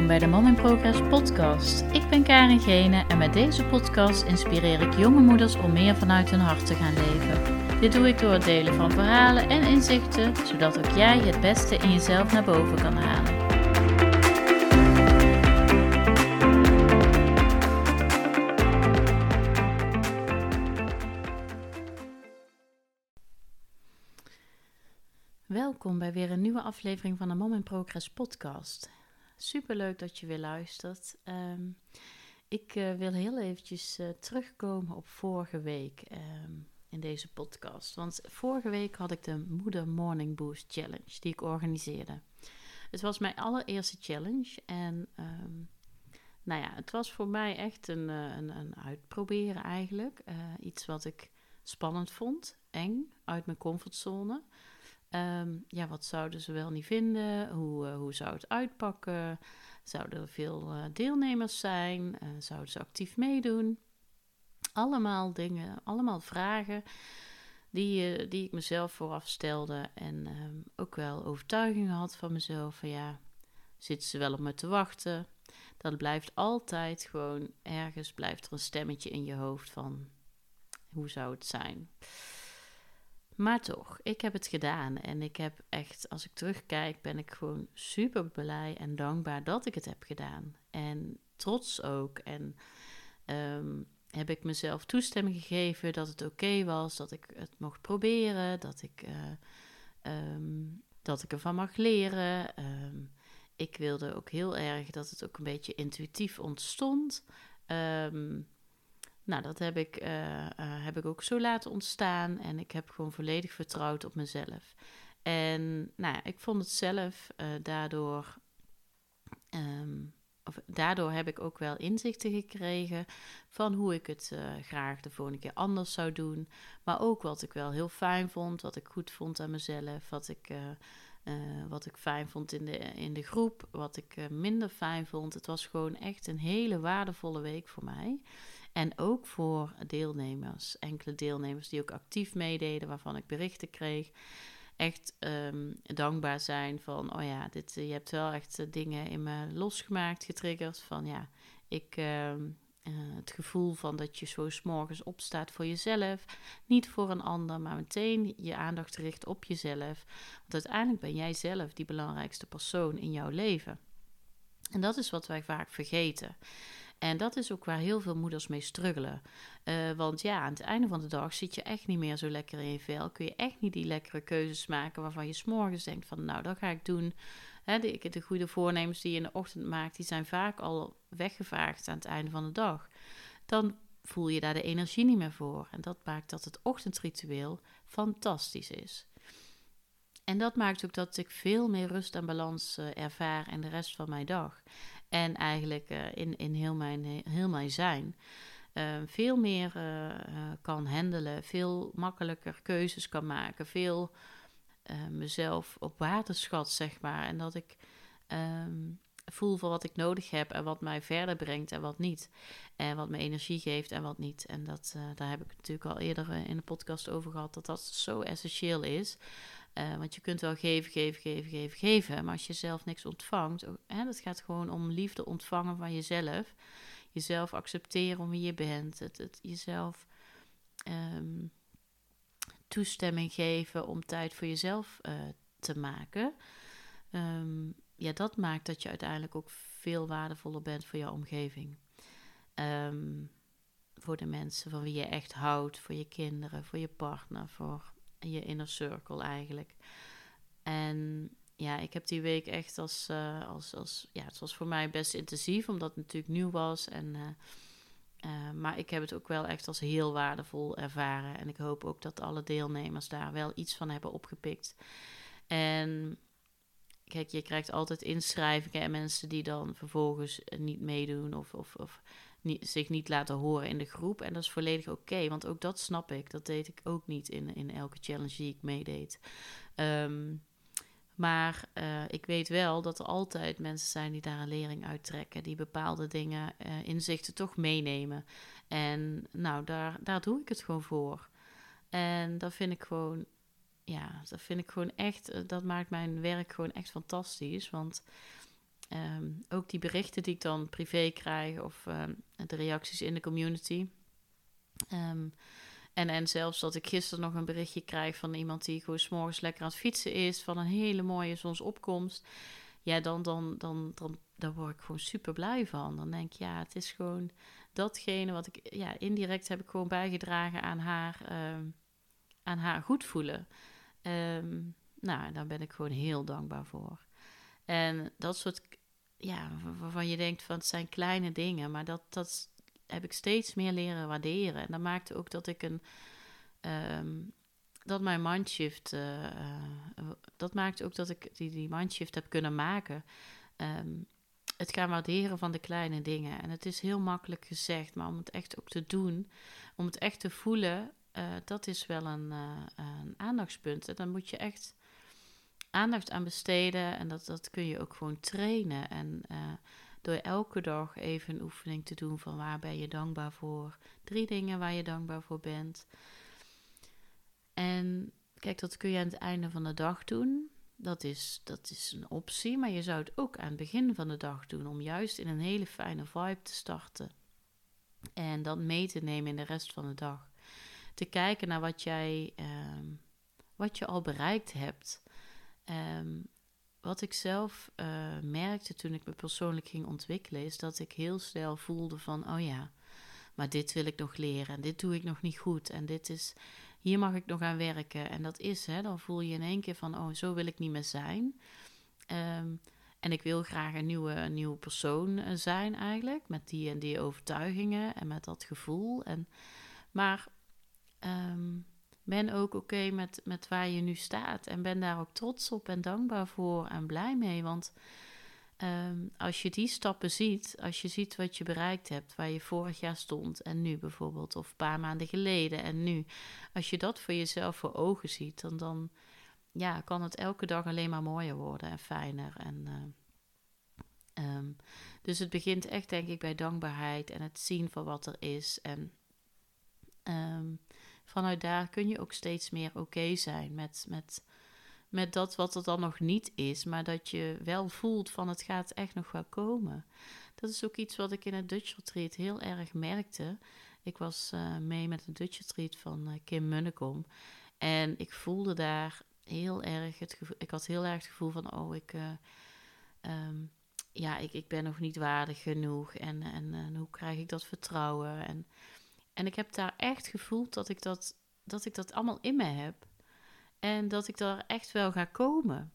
bij de Mom in Progress podcast. Ik ben Karin Gene en met deze podcast inspireer ik jonge moeders om meer vanuit hun hart te gaan leven. Dit doe ik door het delen van verhalen en inzichten, zodat ook jij het beste in jezelf naar boven kan halen. Welkom bij weer een nieuwe aflevering van de Mom in Progress podcast. Superleuk dat je weer luistert. Ik wil heel eventjes terugkomen op vorige week in deze podcast. Want vorige week had ik de Moeder Morning Boost Challenge die ik organiseerde. Het was mijn allereerste challenge en het was voor mij echt een uitproberen eigenlijk. Iets wat ik spannend vond, eng, uit mijn comfortzone. Wat zouden ze wel niet vinden? Hoe zou het uitpakken? Zouden er veel deelnemers zijn? Zouden ze actief meedoen? Allemaal dingen, allemaal vragen die ik mezelf vooraf stelde. En ook wel overtuigingen had van mezelf. Van zitten ze wel op me te wachten? Dat blijft altijd gewoon, ergens blijft er een stemmetje in je hoofd van, hoe zou het zijn? Maar toch, ik heb het gedaan en ik heb echt, als ik terugkijk, ben ik gewoon super blij en dankbaar dat ik het heb gedaan. En trots ook. En heb ik mezelf toestemming gegeven dat het oké was, dat ik het mocht proberen, dat ik ervan mag leren. Ik wilde ook heel erg dat het ook een beetje intuïtief ontstond. Dat heb ik ook zo laten ontstaan en ik heb gewoon volledig vertrouwd op mezelf. En ik vond het zelf daardoor heb ik ook wel inzichten gekregen van hoe ik het graag de volgende keer anders zou doen. Maar ook wat ik wel heel fijn vond, wat ik goed vond aan mezelf, wat ik fijn vond in de groep, wat ik minder fijn vond. Het was gewoon echt een hele waardevolle week voor mij. En ook voor deelnemers, enkele deelnemers die ook actief meededen, waarvan ik berichten kreeg. Echt dankbaar zijn van, je hebt wel echt dingen in me losgemaakt, getriggerd. Van het gevoel van dat je zo 's morgens opstaat voor jezelf. Niet voor een ander, maar meteen je aandacht richt op jezelf. Want uiteindelijk ben jij zelf die belangrijkste persoon in jouw leven. En dat is wat wij vaak vergeten. En dat is ook waar heel veel moeders mee struggelen. Want aan het einde van de dag zit je echt niet meer zo lekker in je vel. Kun je echt niet die lekkere keuzes maken waarvan je 's morgens denkt van, dat ga ik doen. De goede voornemens die je in de ochtend maakt, die zijn vaak al weggevaagd aan het einde van de dag. Dan voel je daar de energie niet meer voor. En dat maakt dat het ochtendritueel fantastisch is. En dat maakt ook dat ik veel meer rust en balans ervaar in de rest van mijn dag. En eigenlijk in heel mijn zijn. Veel meer kan handelen. Veel makkelijker keuzes kan maken. Veel mezelf op waarde schat, zeg maar. En dat ik voel voor wat ik nodig heb. En wat mij verder brengt en wat niet. En wat me energie geeft en wat niet. En daar heb ik het natuurlijk al eerder in de podcast over gehad. Dat zo essentieel is. Want je kunt wel geven. Maar als je zelf niks ontvangt. Dat gaat gewoon om liefde ontvangen van jezelf. Jezelf accepteren om wie je bent. Jezelf toestemming geven om tijd voor jezelf te maken. Dat maakt dat je uiteindelijk ook veel waardevoller bent voor jouw omgeving. Voor de mensen van wie je echt houdt. Voor je kinderen, voor je partner, voor je inner circle eigenlijk. En ik heb die week echt het was voor mij best intensief, omdat het natuurlijk nieuw was. Maar ik heb het ook wel echt als heel waardevol ervaren. En ik hoop ook dat alle deelnemers daar wel iets van hebben opgepikt. En kijk, je krijgt altijd inschrijvingen en mensen die dan vervolgens niet meedoen of zich niet laten horen in de groep. En dat is volledig oké, want ook dat snap ik. Dat deed ik ook niet in elke challenge die ik meedeed. Maar ik weet wel dat er altijd mensen zijn die daar een lering uit trekken. Die bepaalde dingen, inzichten toch meenemen. En daar doe ik het gewoon voor. En dat vind ik gewoon, echt, dat maakt mijn werk gewoon echt fantastisch. Want Ook die berichten die ik dan privé krijg of de reacties in de community. En zelfs dat ik gisteren nog een berichtje krijg van iemand die gewoon 's morgens lekker aan het fietsen is, van een hele mooie zonsopkomst. Ja, dan word ik gewoon super blij van. Dan denk ik, ja, het is gewoon datgene wat ik, ja, indirect heb ik gewoon bijgedragen aan haar goed voelen. Nou, daar ben ik gewoon heel dankbaar voor. En dat soort, ja, waarvan je denkt van het zijn kleine dingen, maar dat heb ik steeds meer leren waarderen. En dat maakte ook dat ik dat mijn mindshift, dat maakte ook dat ik die mindshift heb kunnen maken. Het gaan waarderen van de kleine dingen. En het is heel makkelijk gezegd, maar om het echt ook te doen, om het echt te voelen, dat is wel een aandachtspunt. En dan moet je echt aandacht aan besteden en dat kun je ook gewoon trainen. En door elke dag even een oefening te doen van waar ben je dankbaar voor. 3 dingen waar je dankbaar voor bent. En kijk, dat kun je aan het einde van de dag doen. Dat is een optie, maar je zou het ook aan het begin van de dag doen om juist in een hele fijne vibe te starten. En dan mee te nemen in de rest van de dag. Te kijken naar wat je al bereikt hebt. Wat ik zelf merkte toen ik me persoonlijk ging ontwikkelen, is dat ik heel snel voelde van, oh ja, maar dit wil ik nog leren en dit doe ik nog niet goed en hier mag ik nog aan werken. En dat is, dan voel je in één keer van, oh, zo wil ik niet meer zijn. En ik wil graag een nieuwe persoon zijn eigenlijk, met die en die overtuigingen en met dat gevoel. Maar ben ook oké met waar je nu staat. En ben daar ook trots op en dankbaar voor en blij mee. Want als je die stappen ziet, als je ziet wat je bereikt hebt, waar je vorig jaar stond en nu bijvoorbeeld, of een paar maanden geleden en nu. Als je dat voor jezelf voor ogen ziet, dan ja, kan het elke dag alleen maar mooier worden en fijner. Dus het begint echt, denk ik, bij dankbaarheid en het zien van wat er is. En vanuit daar kun je ook steeds meer oké zijn met dat wat er dan nog niet is, maar dat je wel voelt van het gaat echt nog wel komen. Dat is ook iets wat ik in het Dutch Retreat heel erg merkte. Ik was mee met een Dutch Retreat van Kim Munnekom en ik voelde daar heel erg ik had heel erg het gevoel van, oh, ik ben nog niet waardig genoeg en hoe krijg ik dat vertrouwen? En ik heb daar echt gevoeld dat ik dat allemaal in me heb. En dat ik daar echt wel ga komen.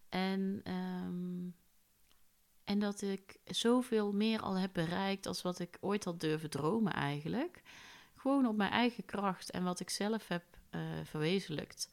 En dat ik zoveel meer al heb bereikt als wat ik ooit had durven dromen eigenlijk. Gewoon op mijn eigen kracht en wat ik zelf heb verwezenlijkt.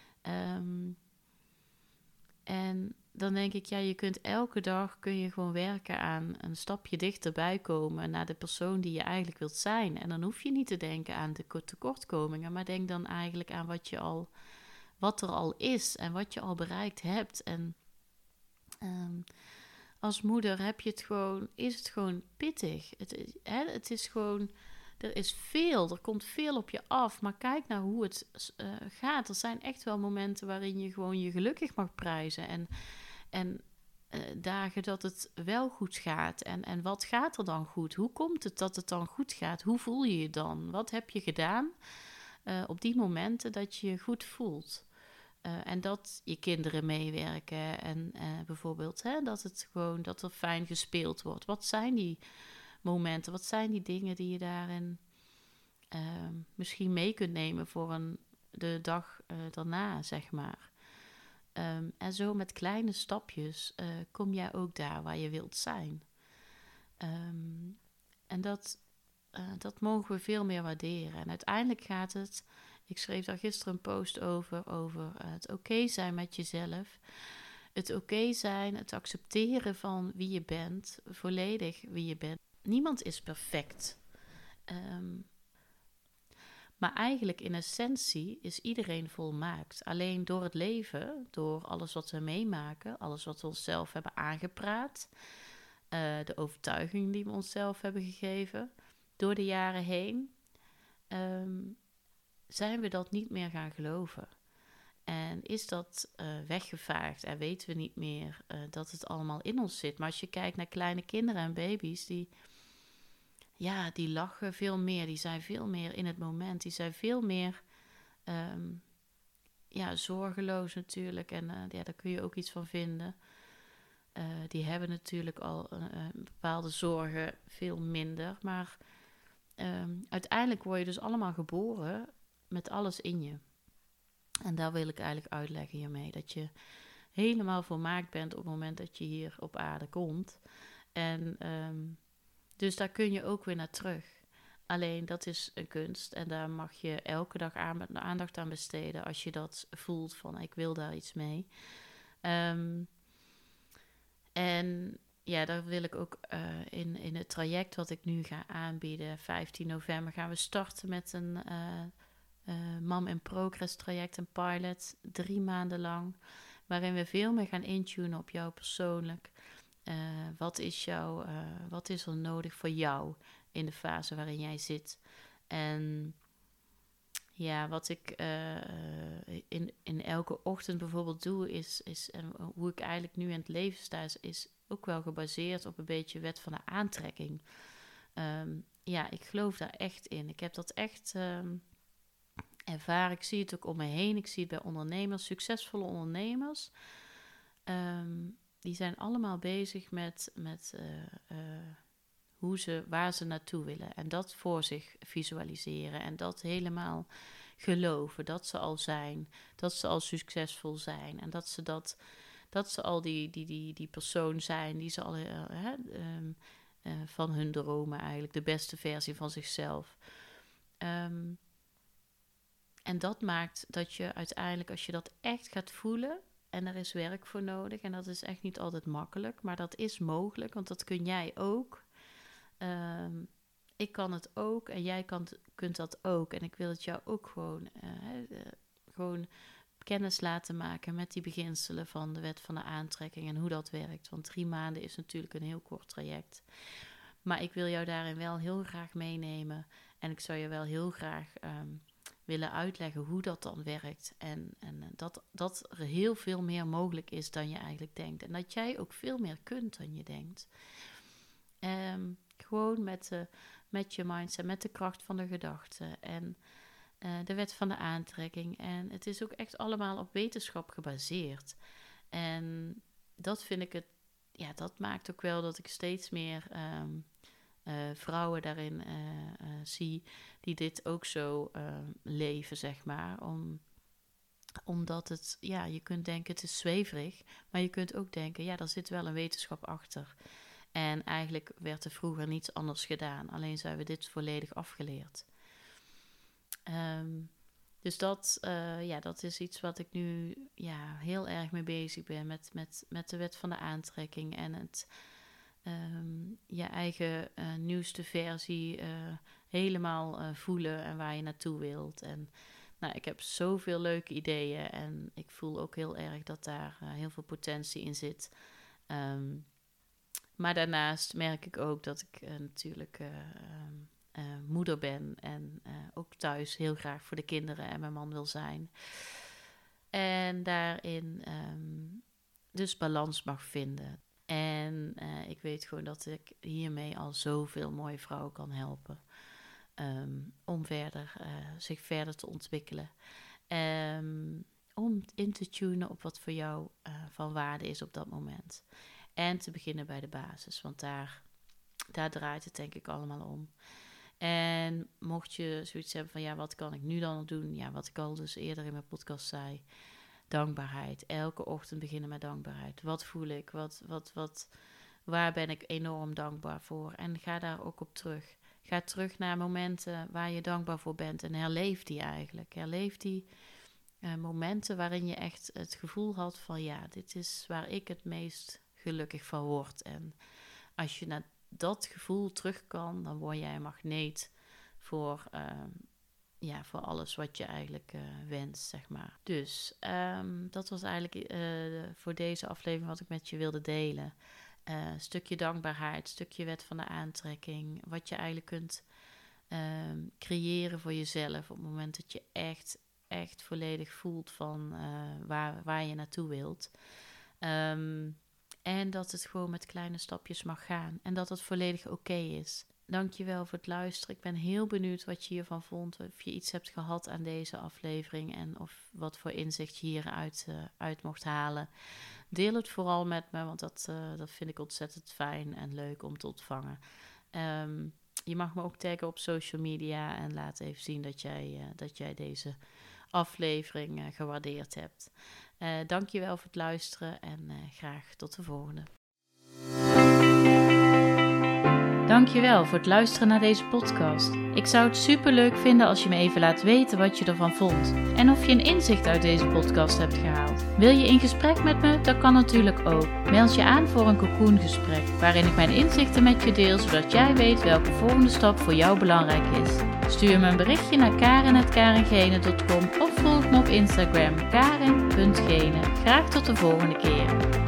En dan denk ik, ja, je kunt elke dag gewoon werken aan een stapje dichterbij komen naar de persoon die je eigenlijk wilt zijn. En dan hoef je niet te denken aan de tekortkomingen, maar denk dan eigenlijk aan wat er al is en wat je al bereikt hebt. En als moeder is het gewoon pittig. Het is gewoon, er komt veel op je af, maar kijk naar hoe het gaat. Er zijn echt wel momenten waarin je gewoon je gelukkig mag prijzen en dagen dat het wel goed gaat. En wat gaat er dan goed? Hoe komt het dat het dan goed gaat? Hoe voel je je dan? Wat heb je gedaan op die momenten dat je je goed voelt? En dat je kinderen meewerken en bijvoorbeeld dat er fijn gespeeld wordt. Wat zijn die momenten? Wat zijn die dingen die je daarin misschien mee kunt nemen voor de dag daarna, zeg maar? En zo met kleine stapjes kom jij ook daar waar je wilt zijn. En dat mogen we veel meer waarderen. En uiteindelijk gaat het. Ik schreef daar gisteren een post over het oké zijn met jezelf. Het oké zijn, het accepteren van wie je bent, volledig wie je bent. Niemand is perfect. Maar eigenlijk in essentie is iedereen volmaakt. Alleen door het leven, door alles wat we meemaken, alles wat we onszelf hebben aangepraat, de overtuiging die we onszelf hebben gegeven, door de jaren heen, zijn we dat niet meer gaan geloven. En is dat weggevaagd en weten we niet meer dat het allemaal in ons zit. Maar als je kijkt naar kleine kinderen en baby's, die lachen veel meer. Die zijn veel meer in het moment. Die zijn veel meer zorgeloos natuurlijk. En daar kun je ook iets van vinden. Die hebben natuurlijk al bepaalde zorgen veel minder. Maar uiteindelijk word je dus allemaal geboren met alles in je. En daar wil ik eigenlijk uitleggen hiermee. Dat je helemaal volmaakt bent op het moment dat je hier op aarde komt. En dus daar kun je ook weer naar terug. Alleen dat is een kunst en daar mag je elke dag aandacht aan besteden als je dat voelt van ik wil daar iets mee. En ja, daar wil ik ook in het traject wat ik nu ga aanbieden, 15 november, gaan we starten met een Mom in Progress traject, een pilot, 3 maanden lang, waarin we veel meer gaan intunen op jou persoonlijk. Wat is er nodig voor jou in de fase waarin jij zit? En ja, wat ik in elke ochtend bijvoorbeeld doe, is hoe ik eigenlijk nu in het leven sta, is ook wel gebaseerd op een beetje wet van de aantrekking. Ik geloof daar echt in. Ik heb dat echt ervaren. Ik zie het ook om me heen. Ik zie het bij ondernemers, succesvolle ondernemers. Die zijn allemaal bezig met waar ze naartoe willen. En dat voor zich visualiseren. En dat helemaal geloven. Dat ze al zijn. Dat ze al succesvol zijn. En dat ze al die persoon zijn die ze al van hun dromen eigenlijk. De beste versie van zichzelf. En dat maakt dat je uiteindelijk, als je dat echt gaat voelen, en er is werk voor nodig, en dat is echt niet altijd makkelijk, maar dat is mogelijk, want dat kun jij ook. Ik kan het ook en jij kunt dat ook. En ik wil het jou ook gewoon kennis laten maken met die beginselen van de wet van de aantrekking en hoe dat werkt. Want 3 maanden is natuurlijk een heel kort traject. Maar ik wil jou daarin wel heel graag meenemen. En ik zou je wel heel graag willen uitleggen hoe dat dan werkt. En dat er heel veel meer mogelijk is dan je eigenlijk denkt. En dat jij ook veel meer kunt dan je denkt. Gewoon met je mindset, met de kracht van de gedachten en de wet van de aantrekking. En het is ook echt allemaal op wetenschap gebaseerd. En dat vind ik dat maakt ook wel dat ik steeds meer vrouwen daarin zie die dit ook zo leven, zeg maar. Omdat het, je kunt denken het is zweverig, maar je kunt ook denken, daar zit wel een wetenschap achter. En eigenlijk werd er vroeger niets anders gedaan, alleen zijn we dit volledig afgeleerd. Dus dat is iets wat ik nu heel erg mee bezig ben met de wet van de aantrekking en het je eigen nieuwste versie helemaal voelen en waar je naartoe wilt. En ik heb zoveel leuke ideeën en ik voel ook heel erg dat daar heel veel potentie in zit. Maar daarnaast merk ik ook dat ik natuurlijk moeder ben en ook thuis heel graag voor de kinderen en mijn man wil zijn. En daarin dus balans mag vinden. En ik weet gewoon dat ik hiermee al zoveel mooie vrouwen kan helpen. Om zich verder te ontwikkelen. Om in te tunen op wat voor jou van waarde is op dat moment. En te beginnen bij de basis. Want daar draait het denk ik allemaal om. En mocht je zoiets hebben van wat kan ik nu dan doen? Ja, wat ik al dus eerder in mijn podcast zei. Dankbaarheid. Elke ochtend beginnen met dankbaarheid. Wat voel ik? Waar ben ik enorm dankbaar voor? En ga daar ook op terug. Ga terug naar momenten waar je dankbaar voor bent. En herleef die eigenlijk. Herleef die momenten waarin je echt het gevoel had van dit is waar ik het meest gelukkig van word. En als je naar dat gevoel terug kan, dan word jij een magneet voor alles wat je eigenlijk wenst, zeg maar. Dus dat was eigenlijk voor deze aflevering wat ik met je wilde delen. Stukje dankbaarheid, stukje wet van de aantrekking. Wat je eigenlijk kunt creëren voor jezelf op het moment dat je echt echt volledig voelt van waar je naartoe wilt. En dat het gewoon met kleine stapjes mag gaan. En dat het volledig oké is. Dankjewel voor het luisteren. Ik ben heel benieuwd wat je hiervan vond. Of je iets hebt gehad aan deze aflevering. En of wat voor inzicht je hieruit uit mocht halen. Deel het vooral met me. Want dat vind ik ontzettend fijn en leuk om te ontvangen. Je mag me ook taggen op social media. En laat even zien dat jij deze aflevering gewaardeerd hebt. Dankjewel voor het luisteren. En graag tot de volgende. Dankjewel voor het luisteren naar deze podcast. Ik zou het superleuk vinden als je me even laat weten wat je ervan vond. En of je een inzicht uit deze podcast hebt gehaald. Wil je in gesprek met me? Dat kan natuurlijk ook. Meld je aan voor een cocoongesprek, waarin ik mijn inzichten met je deel, zodat jij weet welke volgende stap voor jou belangrijk is. Stuur me een berichtje naar karen@karengene.com of volg me op Instagram, karen.gene. Graag tot de volgende keer.